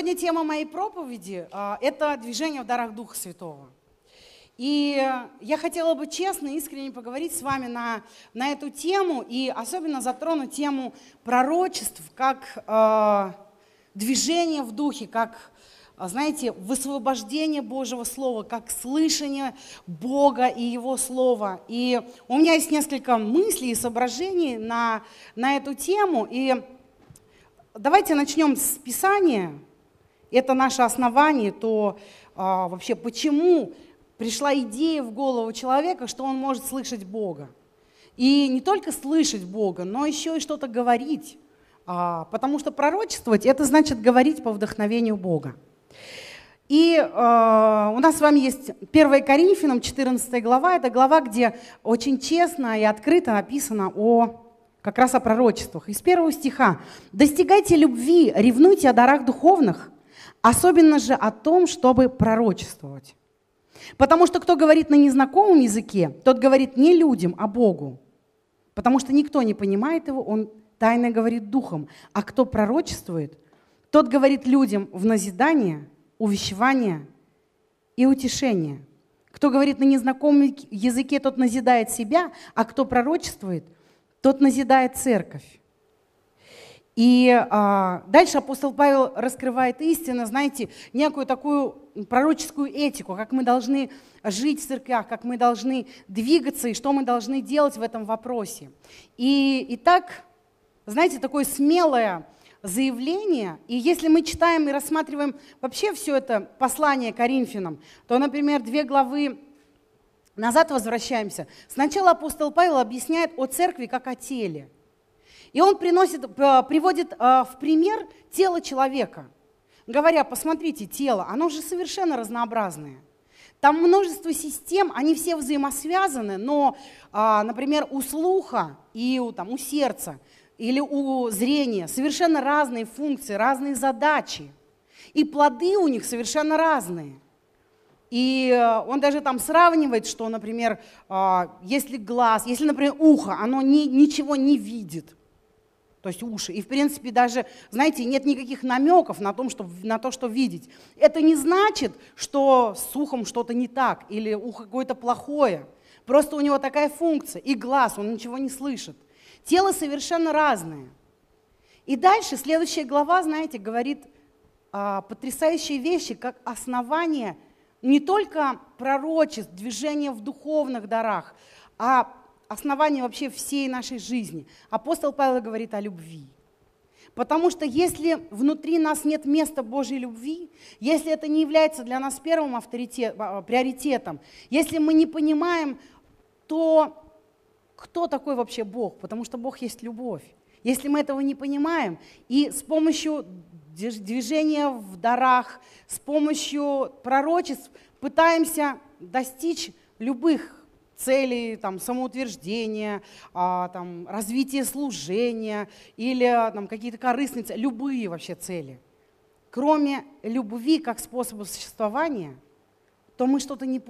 Сегодня тема моей проповеди это движение в дарах Духа Святого. И я хотела бы честно, искренне поговорить с вами на эту тему и особенно затронуть тему пророчеств как движение в Духе, как, знаете, высвобождение Божьего Слова, как слышание Бога и Его Слова. И у меня есть несколько мыслей и соображений на эту тему. И давайте начнем с Писания. Это наше основание, то вообще почему пришла идея в голову человека, что он может слышать Бога. И не только слышать Бога, но еще и что-то говорить. Потому что пророчествовать – это значит говорить по вдохновению Бога. И у нас с вами есть 1 Коринфянам, 14 глава. Это глава, где очень честно и открыто написано как раз о пророчествах. Из 1 стиха. «Достигайте любви, ревнуйте о дарах духовных, особенно же о том, чтобы пророчествовать. Потому что кто говорит на незнакомом языке, тот говорит не людям, а Богу. Потому что никто не понимает его, он тайно говорит духом. А кто пророчествует, тот говорит людям в назидание, увещевание и утешение. Кто говорит на незнакомом языке, тот назидает себя, а кто пророчествует, тот назидает церковь». И дальше апостол Павел раскрывает истину, знаете, некую такую пророческую этику, как мы должны жить в церквях, как мы должны двигаться и что мы должны делать в этом вопросе. И так, знаете, такое смелое заявление, и если мы читаем и рассматриваем вообще все это послание Коринфянам, то, например, 2 главы назад возвращаемся. Сначала апостол Павел объясняет о церкви как о теле. И он приводит в пример тело человека, говоря, посмотрите, тело, оно же совершенно разнообразное. Там множество систем, они все взаимосвязаны, но, например, у слуха и у сердца или у зрения совершенно разные функции, разные задачи. И плоды у них совершенно разные. И он даже там сравнивает, что, например, если глаз, если, например, ухо, оно ничего не видит, то есть уши. И, в принципе, даже, знаете, нет никаких намеков на то, что видеть. Это не значит, что с ухом что-то не так или ухо какое-то плохое. Просто у него такая функция. И глаз, он ничего не слышит. Тело совершенно разное. И дальше, следующая глава, знаете, говорит потрясающие вещи, как основание не только пророчеств, движения в духовных дарах, а основание вообще всей нашей жизни. Апостол Павел говорит о любви. Потому что если внутри нас нет места Божьей любви, если это не является для нас первым приоритетом, если мы не понимаем, то кто такой вообще Бог? Потому что Бог есть любовь. Если мы этого не понимаем, и с помощью движения в дарах, с помощью пророчеств пытаемся достичь любых целей, самоутверждения, развития служения или какие-то корыстные цели, любые вообще цели. Кроме любви как способа существования, то мы что-то не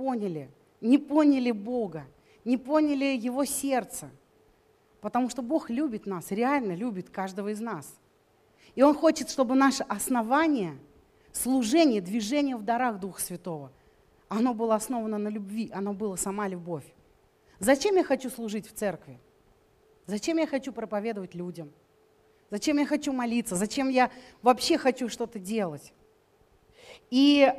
поняли Бога, не поняли Его сердца. Потому что Бог любит нас, реально любит каждого из нас. И Он хочет, чтобы наше основание, служение, движение в дарах Духа Святого, оно было основано на любви, оно было сама любовь. Зачем я хочу служить в церкви? Зачем я хочу проповедовать людям? Зачем я хочу молиться? Зачем я вообще хочу что-то делать? И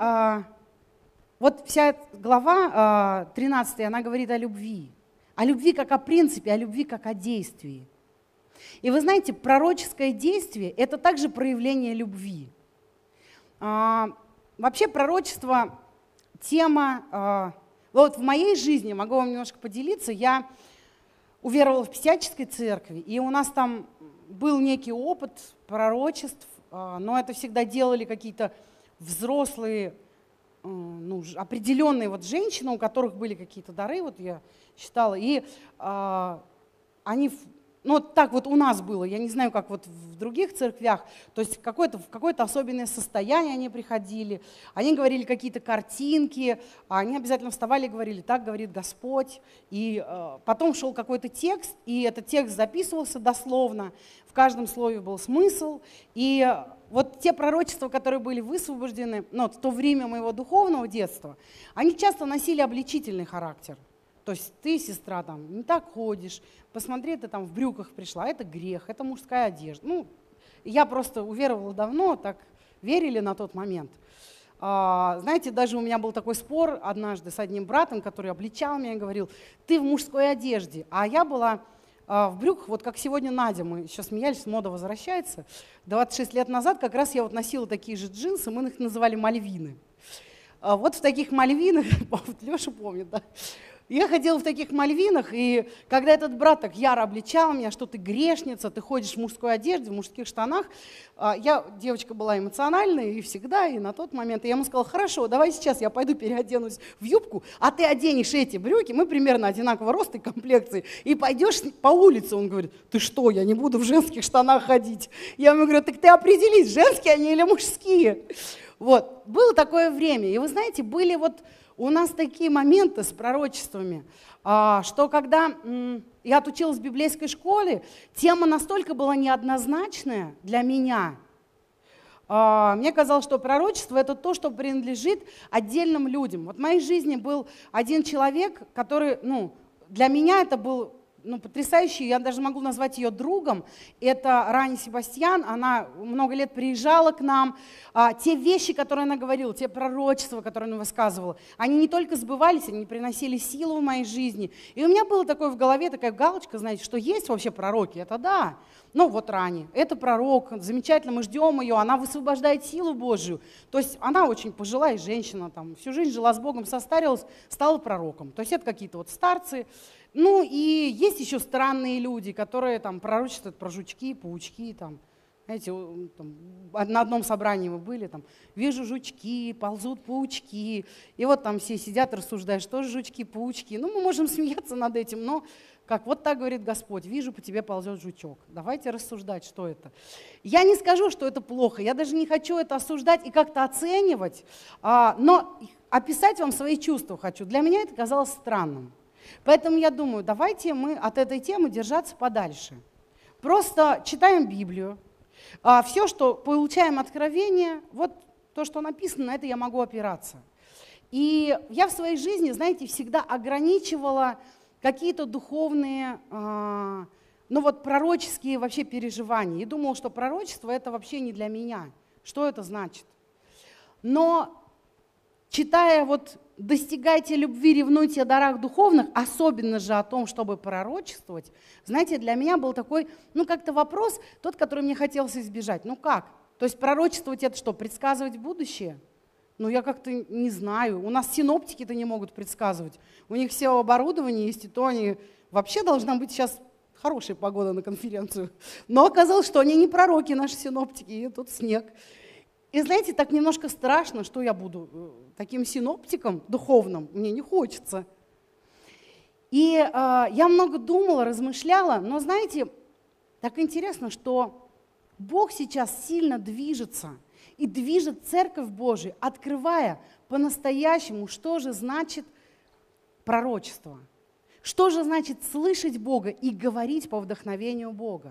вот вся глава 13, она говорит о любви как о принципе, о любви как о действии. И вы знаете, пророческое действие – это также проявление любви. Вообще пророчество – тема, вот в моей жизни, могу вам немножко поделиться, я уверовала в Пятидесятнической церкви, и у нас там был некий опыт пророчеств, но это всегда делали какие-то взрослые, определенные женщины, у которых были какие-то дары, я считала, и они ну вот так вот у нас было, я не знаю, как вот в других церквях, то есть в какое-то особенное состояние они приходили, они говорили какие-то картинки, они обязательно вставали и говорили: так говорит Господь, и потом шел какой-то текст, и этот текст записывался дословно, в каждом слове был смысл, и вот те пророчества, которые были высвобождены, ну, в то время моего духовного детства, они часто носили обличительный характер. То есть ты, сестра, там, не так ходишь, посмотри, ты там в брюках пришла, это грех, это мужская одежда. Ну, я просто уверовала давно, так верили на тот момент. Знаете, даже у меня был такой спор однажды с одним братом, который обличал меня и говорил: ты в мужской одежде, а я была в брюках, вот как сегодня Надя, мы еще смеялись, мода возвращается. 26 лет назад как раз я вот носила такие же джинсы, мы их называли мальвины. Вот в таких мальвинах, Леша помнит, да? Я ходила в таких мальвинах, и когда этот брат так яро обличал меня, что ты грешница, ты ходишь в мужской одежде, в мужских штанах, я, девочка была эмоциональная и всегда, и на тот момент, и я ему сказала: хорошо, давай сейчас я пойду переоденусь в юбку, а ты оденешь эти брюки, мы примерно одинакового роста и комплекции, и пойдешь по улице. Он говорит: ты что, я не буду в женских штанах ходить. Я ему говорю: так ты определись, женские они или мужские. Вот, было такое время, и вы знаете, были вот у нас такие моменты с пророчествами, что когда я отучилась в библейской школе, тема настолько была неоднозначная для меня. Мне казалось, что пророчество – это то, что принадлежит отдельным людям. Вот в моей жизни был один человек, который, для меня это был потрясающий, я даже могу назвать ее другом. Это Рани Себастьян, она много лет приезжала к нам. Те вещи, которые она говорила, те пророчества, которые она высказывала, они не только сбывались, они приносили силу в моей жизни. И у меня было такое в голове, такая галочка, знаете, что есть вообще пророки, это да. Ну вот Рани, это пророк, замечательно, мы ждем ее, она высвобождает силу Божию. То есть она очень пожилая женщина, там, всю жизнь жила с Богом, состарилась, стала пророком. То есть это какие-то вот старцы. Ну и есть еще странные люди, которые там пророчествуют про жучки, паучки, там, знаете, там, на одном собрании мы были, там, вижу жучки, ползут паучки, и вот там все сидят, рассуждают, что же жучки, паучки. Ну, мы можем смеяться над этим, но как вот так говорит Господь: вижу, по тебе ползет жучок. Давайте рассуждать, что это. Я не скажу, что это плохо, я даже не хочу это осуждать и как-то оценивать, но описать вам свои чувства хочу. Для меня это казалось странным. Поэтому я думаю, давайте мы от этой темы держаться подальше. Просто читаем Библию, все, что получаем откровение, вот то, что написано, на это я могу опираться. И я в своей жизни, знаете, всегда ограничивала какие-то духовные, пророческие вообще переживания. И думала, что пророчество – это вообще не для меня. Что это значит? Но читая «Достигайте любви, ревнуйте о дарах духовных», особенно же о том, чтобы пророчествовать, знаете, для меня был такой, как-то вопрос, тот, который мне хотелось избежать. Как? То есть пророчествовать – это что, предсказывать будущее? Я как-то не знаю. У нас синоптики-то не могут предсказывать. У них все оборудование есть, и то они… Вообще должна быть сейчас хорошая погода на конференцию. Но оказалось, что они не пророки, наши синоптики, и тут снег. И знаете, так немножко страшно, что я буду таким синоптиком духовным, мне не хочется. И я много думала, размышляла, но знаете, так интересно, что Бог сейчас сильно движется и движет Церковь Божию, открывая по-настоящему, что же значит пророчество, что же значит слышать Бога и говорить по вдохновению Бога.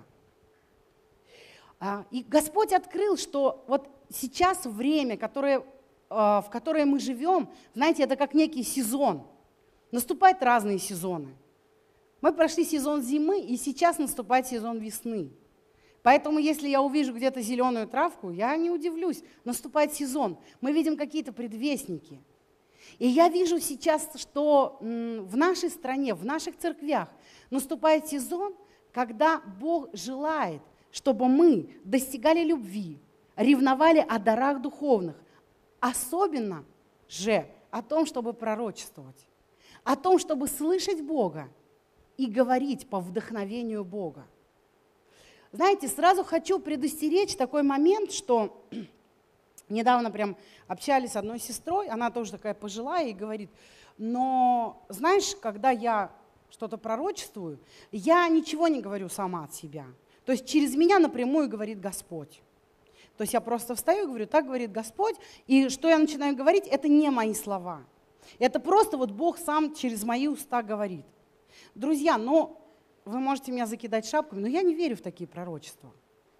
И Господь открыл, что вот сейчас время, в которое мы живем, знаете, это как некий сезон. Наступают разные сезоны. Мы прошли сезон зимы, и сейчас наступает сезон весны. Поэтому, если я увижу где-то зеленую травку, я не удивлюсь. Наступает сезон. Мы видим какие-то предвестники. И я вижу сейчас, что в нашей стране, в наших церквях наступает сезон, когда Бог желает, чтобы мы достигали любви, ревновали о дарах духовных, особенно же о том, чтобы пророчествовать, о том, чтобы слышать Бога и говорить по вдохновению Бога. Знаете, сразу хочу предостеречь такой момент, что недавно прям общались с одной сестрой, она тоже такая пожилая и говорит: но знаешь, когда я что-то пророчествую, я ничего не говорю сама от себя. То есть через меня напрямую говорит Господь. То есть я просто встаю и говорю, так говорит Господь, и что я начинаю говорить, это не мои слова. Это просто вот Бог сам через мои уста говорит. Друзья, но вы можете меня закидать шапками, но я не верю в такие пророчества.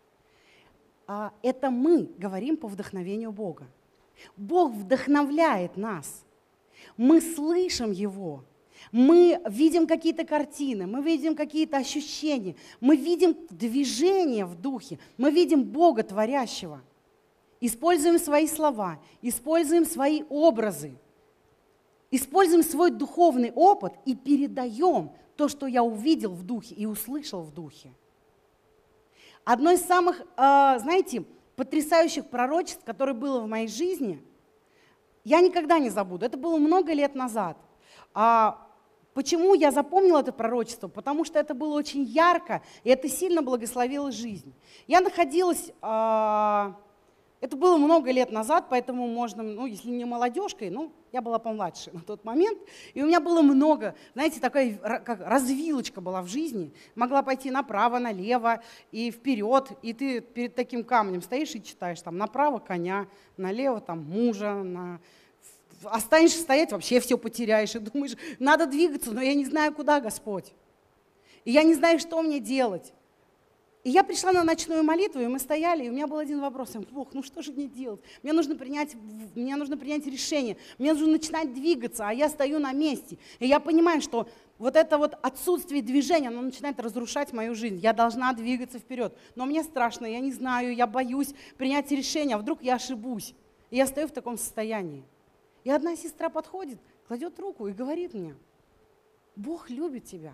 Это мы говорим по вдохновению Бога. Бог вдохновляет нас. Мы слышим Его. Мы видим какие-то картины, мы видим какие-то ощущения, мы видим движение в духе, мы видим Бога творящего. Используем свои слова, используем свои образы, используем свой духовный опыт и передаем то, что я увидел в духе и услышал в духе. Одно из самых, знаете, потрясающих пророчеств, которое было в моей жизни, я никогда не забуду. Это было много лет назад. Почему я запомнила это пророчество? Потому что это было очень ярко, и это сильно благословило жизнь. Я находилась, это было много лет назад, поэтому можно, если не молодежкой, я была помладше на тот момент, и у меня было много, знаете, такая как развилочка была в жизни, могла пойти направо, налево и вперед, и ты перед таким камнем стоишь и читаешь, там, направо коня, налево там мужа, останешься стоять, вообще все потеряешь, и думаешь, надо двигаться, но я не знаю, куда, Господь, и я не знаю, что мне делать. И я пришла на ночную молитву, и мы стояли, и у меня был один вопрос: Бог, что же мне делать? Мне нужно принять решение, мне нужно начинать двигаться, а я стою на месте. И я понимаю, что вот это вот отсутствие движения, оно начинает разрушать мою жизнь. Я должна двигаться вперед. Но мне страшно, я не знаю, я боюсь принять решение, а вдруг я ошибусь. И я стою в таком состоянии. И одна сестра подходит, кладет руку и говорит мне: Бог любит тебя.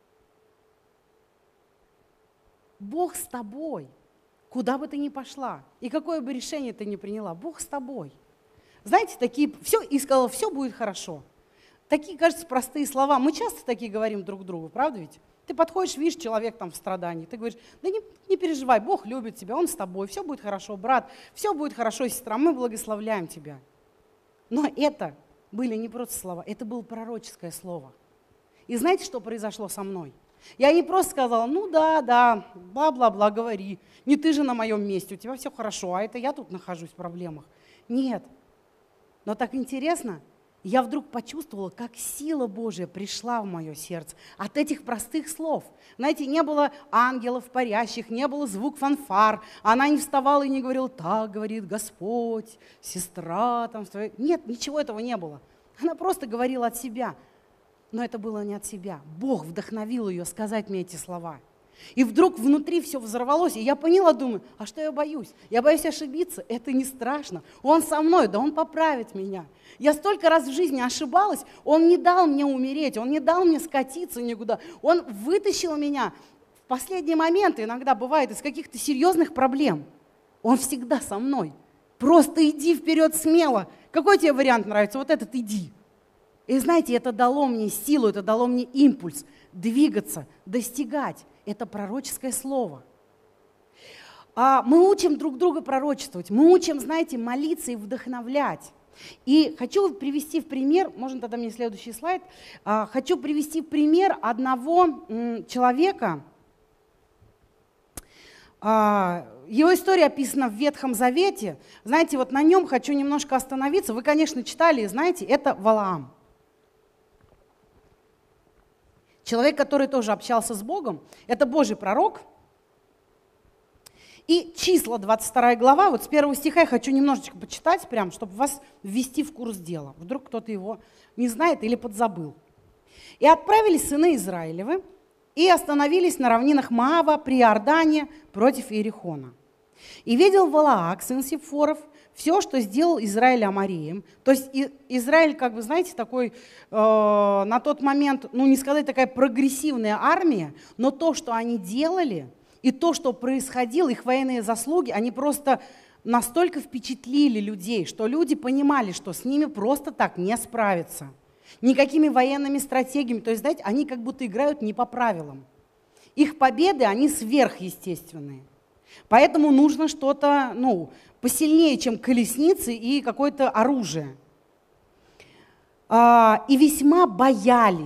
Бог с тобой, куда бы ты ни пошла, и какое бы решение ты ни приняла, Бог с тобой. Знаете, и сказала, все будет хорошо. Такие, кажется, простые слова. Мы часто такие говорим друг другу, правда ведь? Ты подходишь, видишь, человек там в страдании, ты говоришь, да не переживай, Бог любит тебя, Он с тобой, все будет хорошо, брат, все будет хорошо, сестра, мы благословляем тебя. Но это были не просто слова, это было пророческое слово. И знаете, что произошло со мной? Я не просто сказала, да, бла-бла-бла, говори, не ты же на моем месте, у тебя все хорошо, а это я тут нахожусь в проблемах. Нет. Но так интересно, я вдруг почувствовала, как сила Божия пришла в мое сердце от этих простых слов. Знаете, не было ангелов парящих, не было звук фанфар, она не вставала и не говорила, так говорит Господь, сестра там. Нет, ничего этого не было. Она просто говорила от себя. Но это было не от себя. Бог вдохновил ее сказать мне эти слова. И вдруг внутри все взорвалось, и я поняла, думаю, а что я боюсь? Я боюсь ошибиться, это не страшно. Он со мной, да Он поправит меня. Я столько раз в жизни ошибалась, Он не дал мне умереть, Он не дал мне скатиться никуда. Он вытащил меня в последний момент, иногда бывает, из каких-то серьезных проблем. Он всегда со мной. Просто иди вперед смело. Какой тебе вариант нравится? Вот этот иди. И знаете, это дало мне силу, это дало мне импульс двигаться, достигать. Это пророческое слово. Мы учим друг друга пророчествовать, мы учим, знаете, молиться и вдохновлять. И хочу привести в пример, можно тогда мне следующий слайд, хочу привести в пример одного человека. Его история описана в Ветхом Завете. Знаете, вот на нем хочу немножко остановиться. Вы, конечно, читали, знаете, это Валаам. Человек, который тоже общался с Богом, это Божий пророк. И числа, 22 глава, вот с 1 стиха я хочу немножечко почитать, прям, чтобы вас ввести в курс дела. Вдруг кто-то его не знает или подзабыл. «И отправились сыны Израилевы, и остановились на равнинах Моава при Иордане против Иерихона. И видел Валаак, сын Сепфоров, все, что сделал Израиль Амореем». То есть Израиль, как бы, знаете, такой на тот момент, не сказать такая прогрессивная армия, но то, что они делали, и то, что происходило, их военные заслуги, они просто настолько впечатлили людей, что люди понимали, что с ними просто так не справиться. Никакими военными стратегиями. То есть, знаете, они как будто играют не по правилам. Их победы, они сверхъестественные. Поэтому нужно что-то, посильнее, чем колесницы и какое-то оружие. И весьма боялись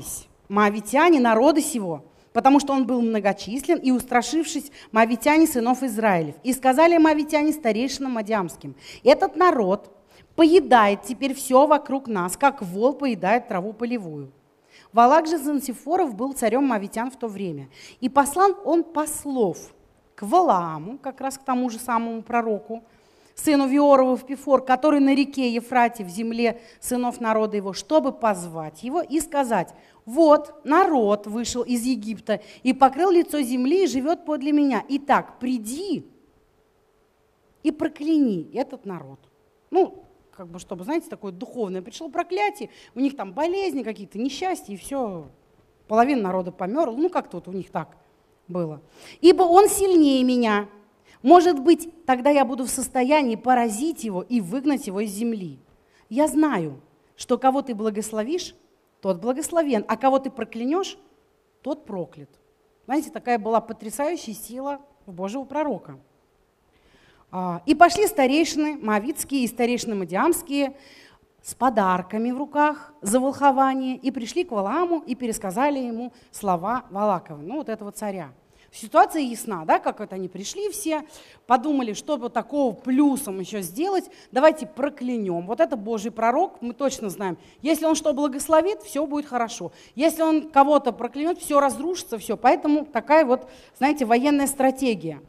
моавитяне народа сего, потому что он был многочислен, и устрашившись моавитяне сынов Израилев. И сказали моавитяне старейшинам мадиамским: этот народ поедает теперь все вокруг нас, как вол поедает траву полевую. Валак же сын Сифоров был царем моавитян в то время. И послал он послов к Валааму, как раз к тому же самому пророку, сыну Виорову в Пифор, который на реке Ефрате в земле сынов народа его, чтобы позвать его и сказать: вот народ вышел из Египта и покрыл лицо земли и живет подле меня. Итак, приди и прокляни этот народ. Ну, как бы, чтобы, знаете, такое духовное пришло проклятие, у них там болезни какие-то, несчастья, и все, половина народа померла, ну, как тут у них так было. Ибо он сильнее меня. Может быть, тогда я буду в состоянии поразить его и выгнать его из земли. Я знаю, что кого ты благословишь, тот благословен, а кого ты проклянешь, тот проклят. Знаете, такая была потрясающая сила Божьего пророка. И пошли старейшины моавитские и старейшины мадиамские с подарками в руках за волхование, и пришли к Валааму и пересказали ему слова Валакова, ну вот этого царя. Ситуация ясна, да, как это они пришли все, подумали, что бы такого плюсом еще сделать, давайте проклянем. Вот это Божий пророк, мы точно знаем, если он что благословит, все будет хорошо. Если он кого-то проклянет, все разрушится, все. Поэтому такая вот, знаете, военная стратегия.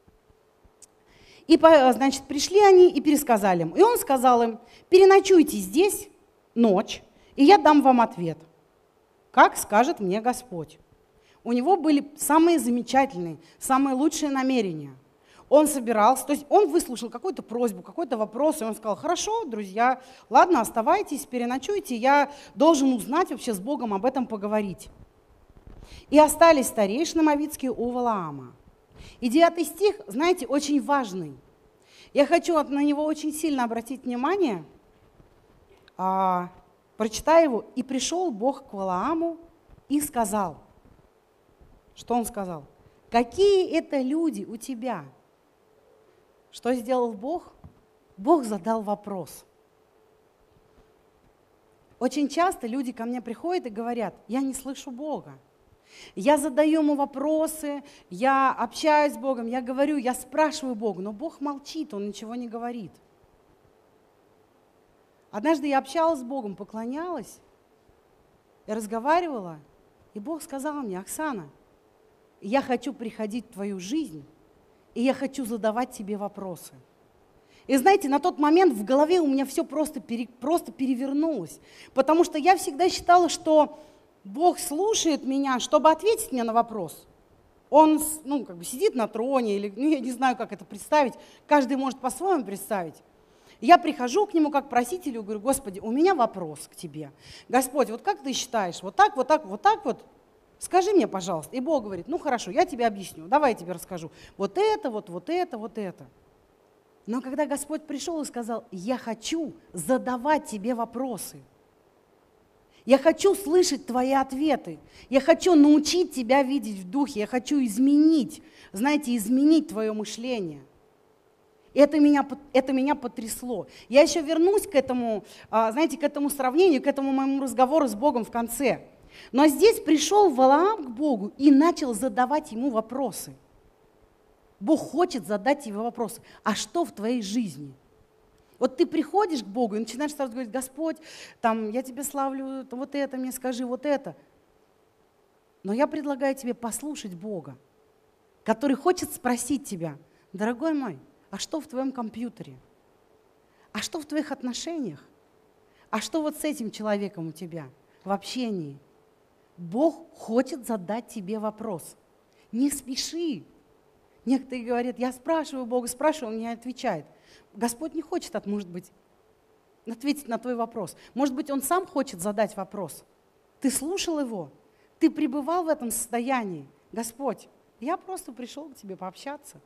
И, значит, пришли они и пересказали им. И он сказал им: переночуйте здесь ночь, и я дам вам ответ, как скажет мне Господь. У него были самые замечательные, самые лучшие намерения. Он собирался, то есть он выслушал какую-то просьбу, какой-то вопрос, и он сказал: хорошо, друзья, ладно, оставайтесь, переночуйте, я должен узнать вообще с Богом, об этом поговорить. И остались старейшины моавитские у Валаама. И 9 стих, знаете, очень важный. Я хочу на него очень сильно обратить внимание. Прочитаю его. «И пришел Бог к Валааму и сказал». Что он сказал? «Какие это люди у тебя?» Что сделал Бог? Бог задал вопрос. Очень часто люди ко мне приходят и говорят: я не слышу Бога. Я задаю ему вопросы, я общаюсь с Богом, я говорю, я спрашиваю Бога, но Бог молчит, он ничего не говорит. Однажды я общалась с Богом, поклонялась, я разговаривала, и Бог сказал мне: Оксана, я хочу приходить в твою жизнь, и я хочу задавать тебе вопросы. И знаете, на тот момент в голове у меня все просто перевернулось, потому что я всегда считала, что Бог слушает меня, чтобы ответить мне на вопрос. Он, сидит на троне, или, я не знаю, как это представить, каждый может по-своему представить. Я прихожу к нему как просителю и говорю: Господи, у меня вопрос к тебе. Господь, вот как ты считаешь, вот так, вот, скажи мне, пожалуйста. И Бог говорит: ну хорошо, я тебе объясню, давай я тебе расскажу. Вот это, вот это. Но когда Господь пришел и сказал: я хочу задавать тебе вопросы, я хочу слышать твои ответы. Я хочу научить тебя видеть в духе. Я хочу изменить твое мышление. Это меня потрясло. Я еще вернусь к этому, к этому сравнению, к этому моему разговору с Богом в конце. Но здесь пришел Валаам к Богу и начал задавать ему вопросы. Бог хочет задать тебе вопросы. А что в твоей жизни? Вот ты приходишь к Богу и начинаешь сразу говорить: Господь, я тебя славлю, вот это мне скажи, вот это. Но я предлагаю тебе послушать Бога, который хочет спросить тебя: дорогой мой, а что в твоем компьютере? А что в твоих отношениях? А что вот с этим человеком у тебя в общении? Бог хочет задать тебе вопрос. Не спеши. Некоторые говорят: я спрашиваю Бога, он не отвечает. Господь не хочет, может быть, ответить на твой вопрос. Может быть, Он сам хочет задать вопрос. Ты слушал Его? Ты пребывал в этом состоянии? Господь, я просто пришел к тебе пообщаться.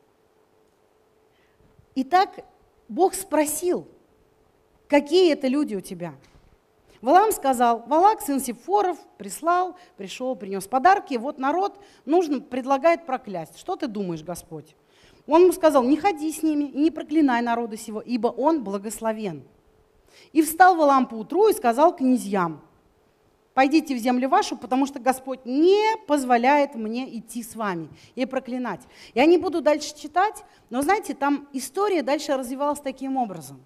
Итак, Бог спросил: какие это люди у тебя? Валаам сказал: Валак, сын Сифоров, пришел, принес подарки. Вот народ предлагает проклясть. Что ты думаешь, Господь? Он ему сказал: не ходи с ними и не проклинай народа сего, ибо он благословен. И встал Валаам поутру и сказал князьям: пойдите в землю вашу, потому что Господь не позволяет мне идти с вами и проклинать. Я не буду дальше читать, но знаете, там история дальше развивалась таким образом.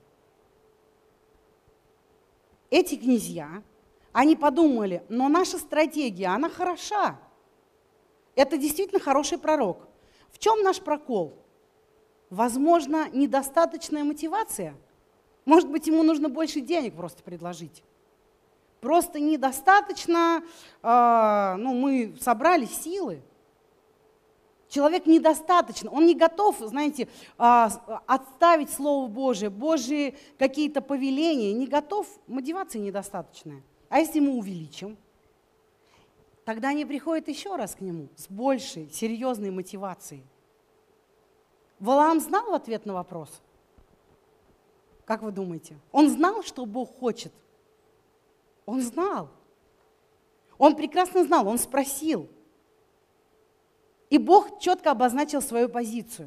Эти князья, они подумали, но наша стратегия, она хороша. Это действительно хороший пророк. В чем наш прокол? Возможно, недостаточная мотивация. Может быть, ему нужно больше денег просто предложить. Просто недостаточно, мы собрали силы. Человек недостаточно, он не готов, знаете, отставить Слово Божие, Божьи какие-то повеления, не готов, мотивация недостаточная. А если мы увеличим, тогда они приходят еще раз к нему с большей, серьезной мотивацией. Валаам знал ответ на вопрос? Как вы думаете? Он знал, что Бог хочет? Он знал. Он прекрасно знал, он спросил. И Бог четко обозначил свою позицию.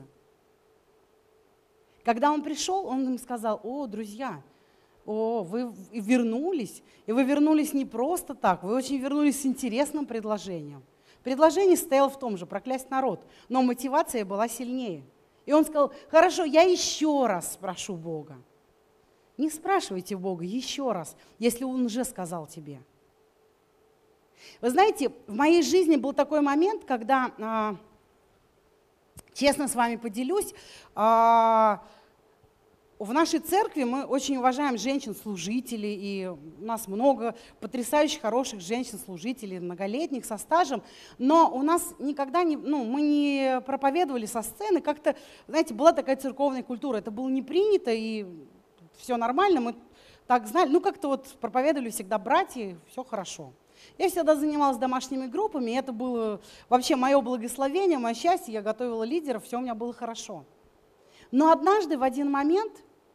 Когда он пришел, он им сказал: о, друзья, вы вернулись, и вы вернулись не просто так, вы очень вернулись с интересным предложением. Предложение состояло в том же: проклясть народ, но мотивация была сильнее. И он сказал: хорошо, я еще раз спрошу Бога. Не спрашивайте Бога еще раз, если Он уже сказал тебе. Вы знаете, в моей жизни был такой момент, когда, честно с вами поделюсь, в нашей церкви мы очень уважаем женщин-служителей, и у нас много потрясающих, хороших женщин-служителей, многолетних, со стажем, но у нас никогда мы не проповедовали со сцены, как-то, знаете, была такая церковная культура, это было не принято, и все нормально, мы так знали, как-то вот проповедовали всегда братья, все хорошо. Я всегда занималась домашними группами, и это было вообще мое благословение, мое счастье, я готовила лидеров, все у меня было хорошо. Но однажды в один момент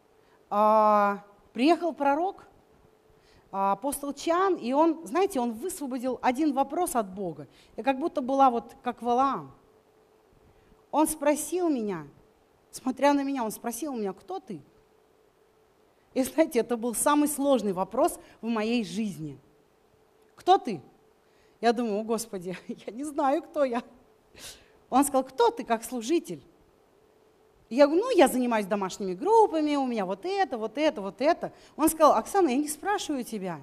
приехал пророк, апостол Чан, и он, знаете, он высвободил один вопрос от Бога. Я как будто была вот как Валаам. Он спросил меня, смотря на меня, он спросил меня: кто ты? И знаете, это был самый сложный вопрос в моей жизни. Кто ты? Я думаю: о Господи, я не знаю, кто я. Он сказал: кто ты как служитель? Я говорю: я занимаюсь домашними группами, у меня вот это, вот это, вот это. Он сказал: Оксана, я не спрашиваю тебя,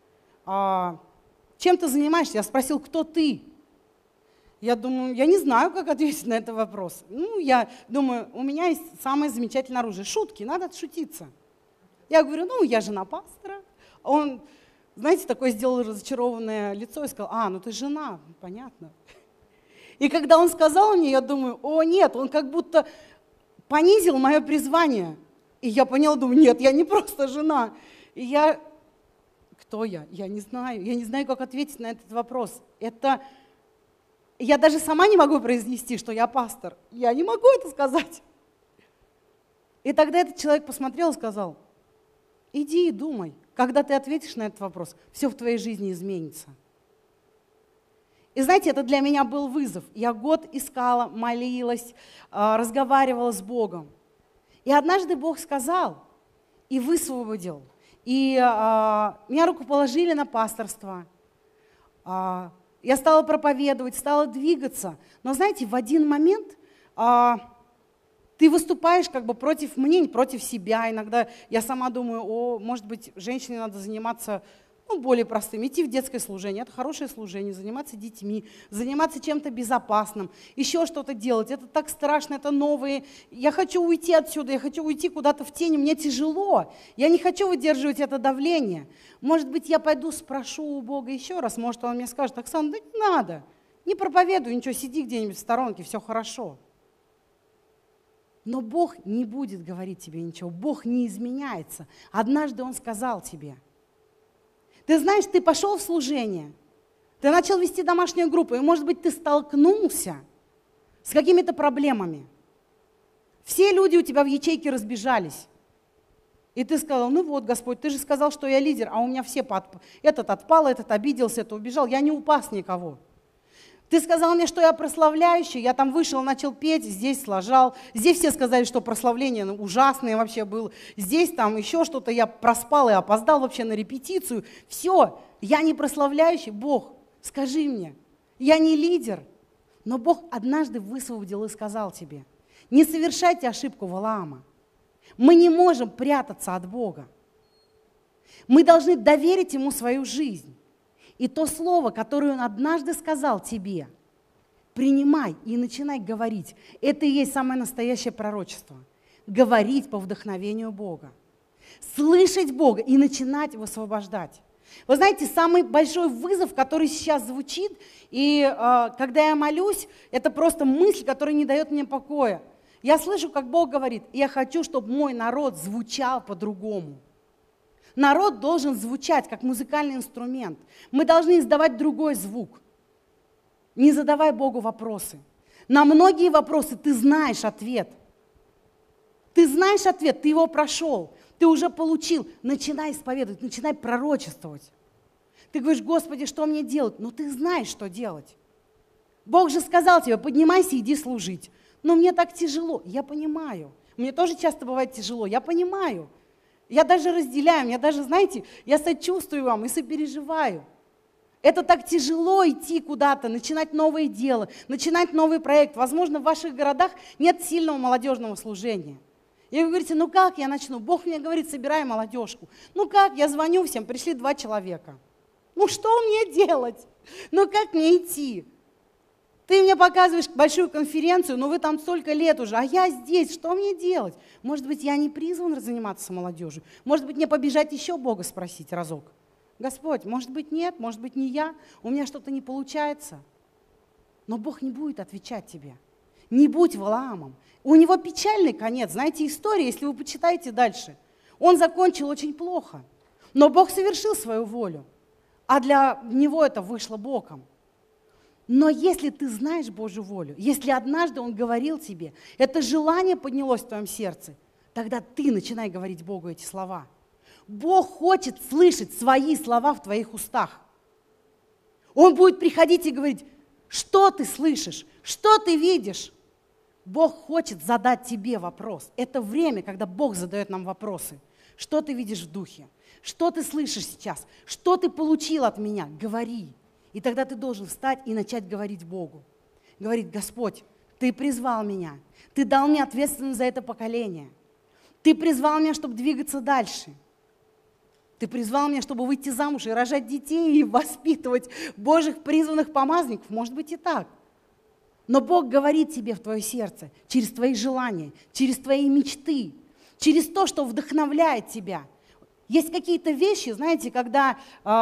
чем ты занимаешься? Я спросил: кто ты? Я думаю, я не знаю, как ответить на этот вопрос. Я думаю, у меня есть самое замечательное оружие — шутки, надо отшутиться. Я говорю: я жена пастора. Он, знаете, такое сделал разочарованное лицо и сказал: ты жена, понятно. И когда он сказал мне, я думаю: о нет, он как будто понизил мое призвание. И я поняла, думаю: нет, я не просто жена. И кто я? Я не знаю, как ответить на этот вопрос. Я даже сама не могу произнести, что я пастор. Я не могу это сказать. И тогда этот человек посмотрел и сказал: иди и думай, когда ты ответишь на этот вопрос, все в твоей жизни изменится. И знаете, это для меня был вызов. Я год искала, молилась, разговаривала с Богом. И однажды Бог сказал и высвободил. И меня рукоположили на пасторство. Я стала проповедовать, стала двигаться. Но знаете, в один момент ты выступаешь как бы против мнений, против себя. Иногда я сама думаю: может быть, женщине надо заниматься более простым, идти в детское служение, это хорошее служение, заниматься детьми, заниматься чем-то безопасным, еще что-то делать, это так страшно, это новое, я хочу уйти отсюда, я хочу уйти куда-то в тень, мне тяжело, я не хочу выдерживать это давление. Может быть, я пойду спрошу у Бога еще раз, может, Он мне скажет: Оксана, да не надо, не проповедуй ничего, сиди где-нибудь в сторонке, все хорошо. Но Бог не будет говорить тебе ничего, Бог не изменяется. Однажды Он сказал тебе: ты знаешь, ты пошел в служение, ты начал вести домашнюю группу, и, может быть, ты столкнулся с какими-то проблемами. Все люди у тебя в ячейке разбежались. И ты сказал: Господь, ты же сказал, что я лидер, а у меня все этот отпал, этот обиделся, этот убежал, я не упас никого. Ты сказал мне, что я прославляющий, я там вышел, начал петь, здесь сложал. Здесь все сказали, что прославление ужасное вообще было. Здесь там еще что-то, я проспал и опоздал вообще на репетицию. Все, Я не прославляющий. Бог, скажи мне, я не лидер. Но Бог однажды высвободил и сказал тебе: не совершайте ошибку Валаама. Мы не можем прятаться от Бога. Мы должны доверить Ему свою жизнь. И то слово, которое Он однажды сказал тебе, принимай и начинай говорить. Это и есть самое настоящее пророчество. Говорить по вдохновению Бога. Слышать Бога и начинать Его освобождать. Вы знаете, самый большой вызов, который сейчас звучит, и когда я молюсь, это просто мысль, которая не дает мне покоя. Я слышу, как Бог говорит: я хочу, чтобы мой народ звучал по-другому. Народ должен звучать как музыкальный инструмент. Мы должны издавать другой звук. Не задавай Богу вопросы. На многие вопросы ты знаешь ответ. Ты знаешь ответ, ты его прошел, ты уже получил. Начинай исповедовать, начинай пророчествовать. Ты говоришь: Господи, что мне делать? Но ты знаешь, что делать. Бог же сказал тебе: поднимайся, иди служить. Но мне так тяжело. Я понимаю. Мне тоже часто бывает тяжело. Я понимаю. Я даже разделяю, я даже, знаете, я сочувствую вам и сопереживаю. Это так тяжело идти куда-то, начинать новое дело, начинать новый проект. Возможно, в ваших городах нет сильного молодежного служения. И вы говорите: ну как я начну? Бог мне говорит: собирай молодежку. Ну как? Я звоню всем, пришли 2 человека. Ну что мне делать? Ну как мне идти? Ты мне показываешь большую конференцию, но вы там столько лет уже, а я здесь, что мне делать? Может быть, я не призван заниматься молодежью? Может быть, мне побежать еще Бога спросить разок? Господь, может быть, нет, может быть, не я, у меня что-то не получается. Но Бог не будет отвечать тебе. Не будь Валаамом. У него печальный конец, знаете, история, если вы почитаете дальше. Он закончил очень плохо, но Бог совершил свою волю, а для него это вышло боком. Но если ты знаешь Божью волю, если однажды Он говорил тебе, это желание поднялось в твоем сердце, тогда ты начинай говорить Богу эти слова. Бог хочет слышать свои слова в твоих устах. Он будет приходить и говорить: что ты слышишь, что ты видишь. Бог хочет задать тебе вопрос. Это время, когда Бог задает нам вопросы. Что ты видишь в духе? Что ты слышишь сейчас? Что ты получил от меня? Говори. И тогда ты должен встать и начать говорить Богу. Говорить: Господь, Ты призвал меня. Ты дал мне ответственность за это поколение. Ты призвал меня, чтобы двигаться дальше. Ты призвал меня, чтобы выйти замуж и рожать детей, и воспитывать Божьих призванных помазанников. Может быть и так. Но Бог говорит тебе в твое сердце через твои желания, через твои мечты, через то, что вдохновляет тебя. Есть какие-то вещи, знаете, когда...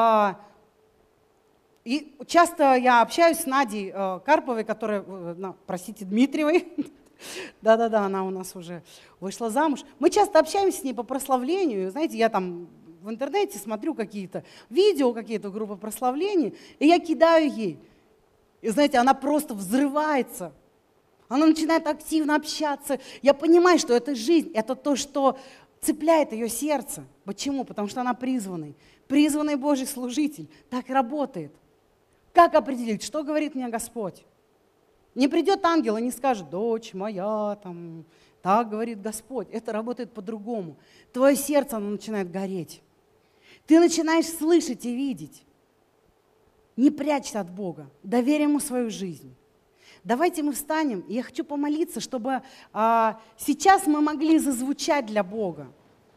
И часто я общаюсь с Надей Карповой, которая, Дмитриевой. Да-да-да, она у нас уже вышла замуж. Мы часто общаемся с ней по прославлению. Знаете, я там в интернете смотрю какие-то видео, какие-то группы прославлений, и я кидаю ей. И знаете, она просто взрывается. Она начинает активно общаться. Я понимаю, что это жизнь, это то, что цепляет ее сердце. Почему? Потому что она призванный Божий служитель. Так и работает. Как определить, что говорит мне Господь? Не придет ангел и не скажет: дочь моя, так говорит Господь. Это работает по-другому. Твое сердце, оно начинает гореть. Ты начинаешь слышать и видеть. Не прячься от Бога. Доверь Ему свою жизнь. Давайте мы встанем, и я хочу помолиться, чтобы сейчас мы могли зазвучать для Бога.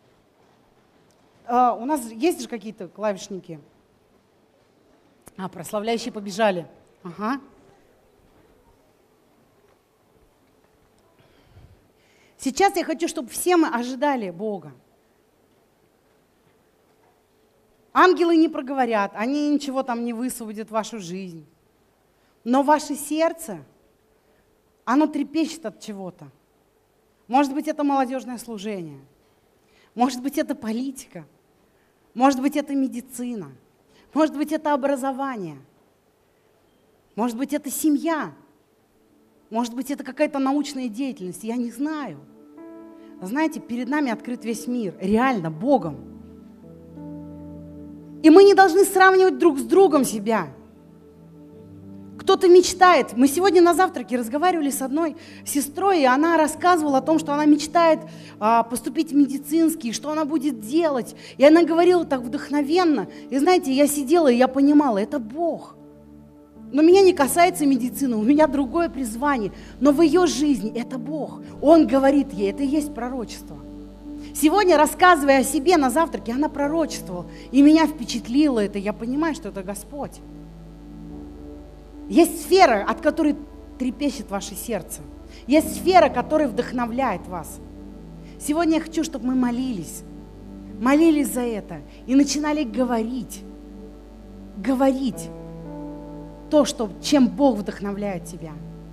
У нас есть же какие-то клавишники? Прославляющие побежали. Ага. Сейчас я хочу, чтобы все мы ожидали Бога. Ангелы не проговорят, они ничего там не высвободят в вашу жизнь. Но ваше сердце, оно трепещет от чего-то. Может быть, это молодежное служение. Может быть, это политика. Может быть, это медицина. Может быть, это образование. Может быть, это семья. Может быть, это какая-то научная деятельность. Я не знаю. Знаете, перед нами открыт весь мир. Реально, Богом. И мы не должны сравнивать друг с другом себя. Кто-то мечтает. Мы сегодня на завтраке разговаривали с одной сестрой, и она рассказывала о том, что она мечтает поступить в медицинский, что она будет делать. И она говорила так вдохновенно. И знаете, я сидела, и я понимала, это Бог. Но меня не касается медицины, у меня другое призвание. Но в ее жизни это Бог. Он говорит ей, это и есть пророчество. Сегодня, рассказывая о себе на завтраке, она пророчествовала. И меня впечатлило это. Я понимаю, что это Господь. Есть сфера, от которой трепещет ваше сердце. Есть сфера, которая вдохновляет вас. Сегодня я хочу, чтобы мы молились за это и начинали говорить то, чем Бог вдохновляет тебя.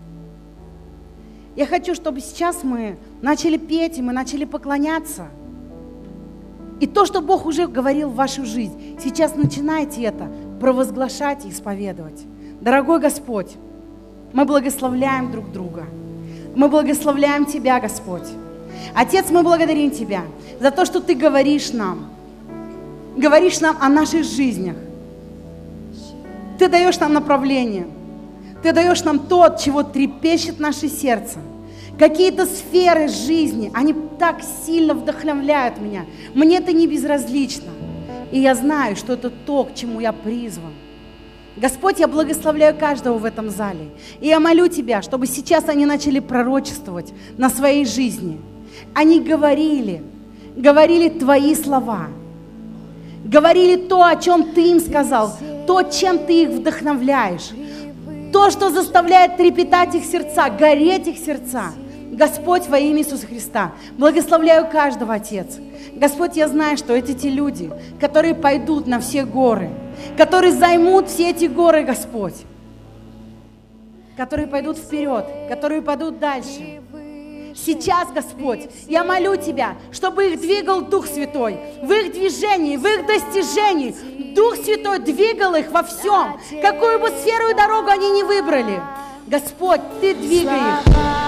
Я хочу, чтобы сейчас мы начали петь, и мы начали поклоняться. И то, что Бог уже говорил в вашу жизнь, сейчас начинайте это провозглашать и исповедовать. Дорогой Господь, мы благословляем друг друга. Мы благословляем Тебя, Господь. Отец, мы благодарим Тебя за то, что Ты говоришь нам о наших жизнях. Ты даешь нам направление. Ты даешь нам то, от чего трепещет наше сердце. Какие-то сферы жизни, они так сильно вдохновляют меня. Мне это не безразлично. И я знаю, что это то, к чему я призван. Господь, я благословляю каждого в этом зале. И я молю Тебя, чтобы сейчас они начали пророчествовать на своей жизни. Они говорили Твои слова. Говорили то, о чем Ты им сказал, то, чем Ты их вдохновляешь, то, что заставляет трепетать их сердца, гореть их сердца. Господь, во имя Иисуса Христа, благословляю каждого, Отец. Господь, я знаю, что это те люди, которые пойдут на все горы, которые займут все эти горы, Господь, которые пойдут вперед, которые пойдут дальше. Сейчас, Господь, я молю Тебя, чтобы их двигал Дух Святой в их движении, в их достижении. Дух Святой двигал их во всем, какую бы сферу и дорогу они ни выбрали. Господь, Ты двигай их.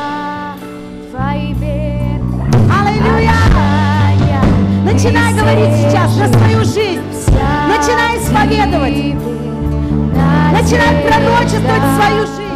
Аллилуйя! Начинай говорить сейчас на свою жизнь. Начинай исповедовать. Начинай пророчествовать свою жизнь.